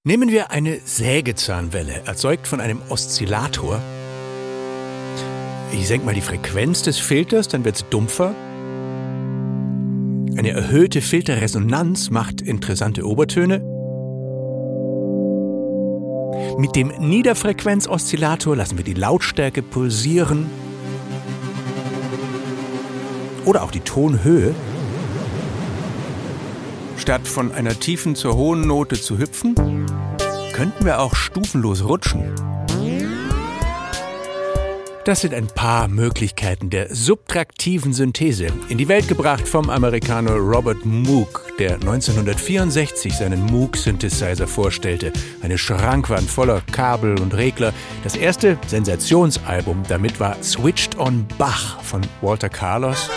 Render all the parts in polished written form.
Nehmen wir eine Sägezahnwelle, erzeugt von einem Oszillator. Ich senke mal die Frequenz des Filters, dann wird es dumpfer. Eine erhöhte Filterresonanz macht interessante Obertöne. Mit dem Niederfrequenzoszillator lassen wir die Lautstärke pulsieren. Oder auch die Tonhöhe. Statt von einer tiefen zur hohen Note zu hüpfen, könnten wir auch stufenlos rutschen. Das sind ein paar Möglichkeiten der subtraktiven Synthese, in die Welt gebracht vom Amerikaner Robert Moog, der 1964 seinen Moog-Synthesizer vorstellte. Eine Schrankwand voller Kabel und Regler. Das erste Sensationsalbum damit war Switched on Bach von Walter Carlos.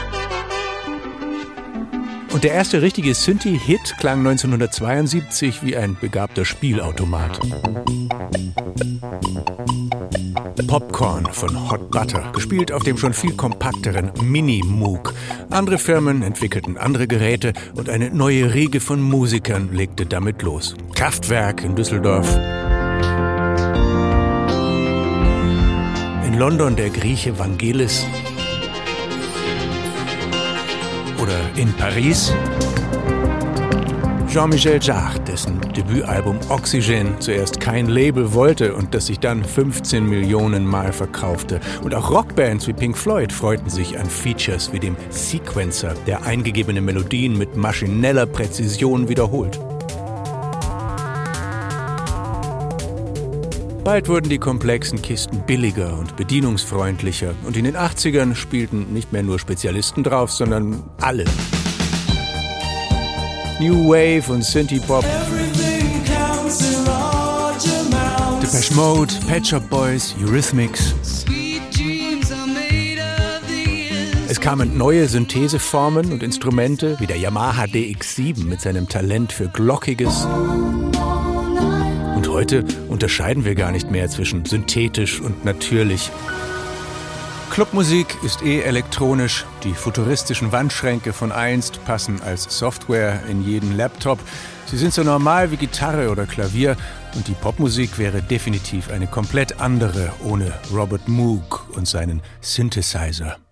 Und der erste richtige Synthie-Hit klang 1972 wie ein begabter Spielautomat. Popcorn von Hot Butter, gespielt auf dem schon viel kompakteren Mini-Moog. Andere Firmen entwickelten andere Geräte und eine neue Riege von Musikern legte damit los. Kraftwerk in Düsseldorf. In London der Grieche Vangelis. Oder in Paris Jean-Michel Jarre, dessen Debütalbum Oxygen zuerst kein Label wollte und das sich dann 15 Millionen Mal verkaufte. Und auch Rockbands wie Pink Floyd freuten sich an Features wie dem Sequencer, der eingegebene Melodien mit maschineller Präzision wiederholt. Bald wurden die komplexen Kisten billiger und bedienungsfreundlicher und in den 80ern spielten nicht mehr nur Spezialisten drauf, sondern alle. New Wave und Synthie-Pop, Depeche Mode, Pet Shop Boys, Eurythmics. Es kamen neue Syntheseformen und Instrumente wie der Yamaha DX7 mit seinem Talent für Glockiges. Und heute unterscheiden wir gar nicht mehr zwischen synthetisch und natürlich. Clubmusik ist elektronisch. Die futuristischen Wandschränke von einst passen als Software in jeden Laptop. Sie sind so normal wie Gitarre oder Klavier. Und die Popmusik wäre definitiv eine komplett andere ohne Robert Moog und seinen Synthesizer.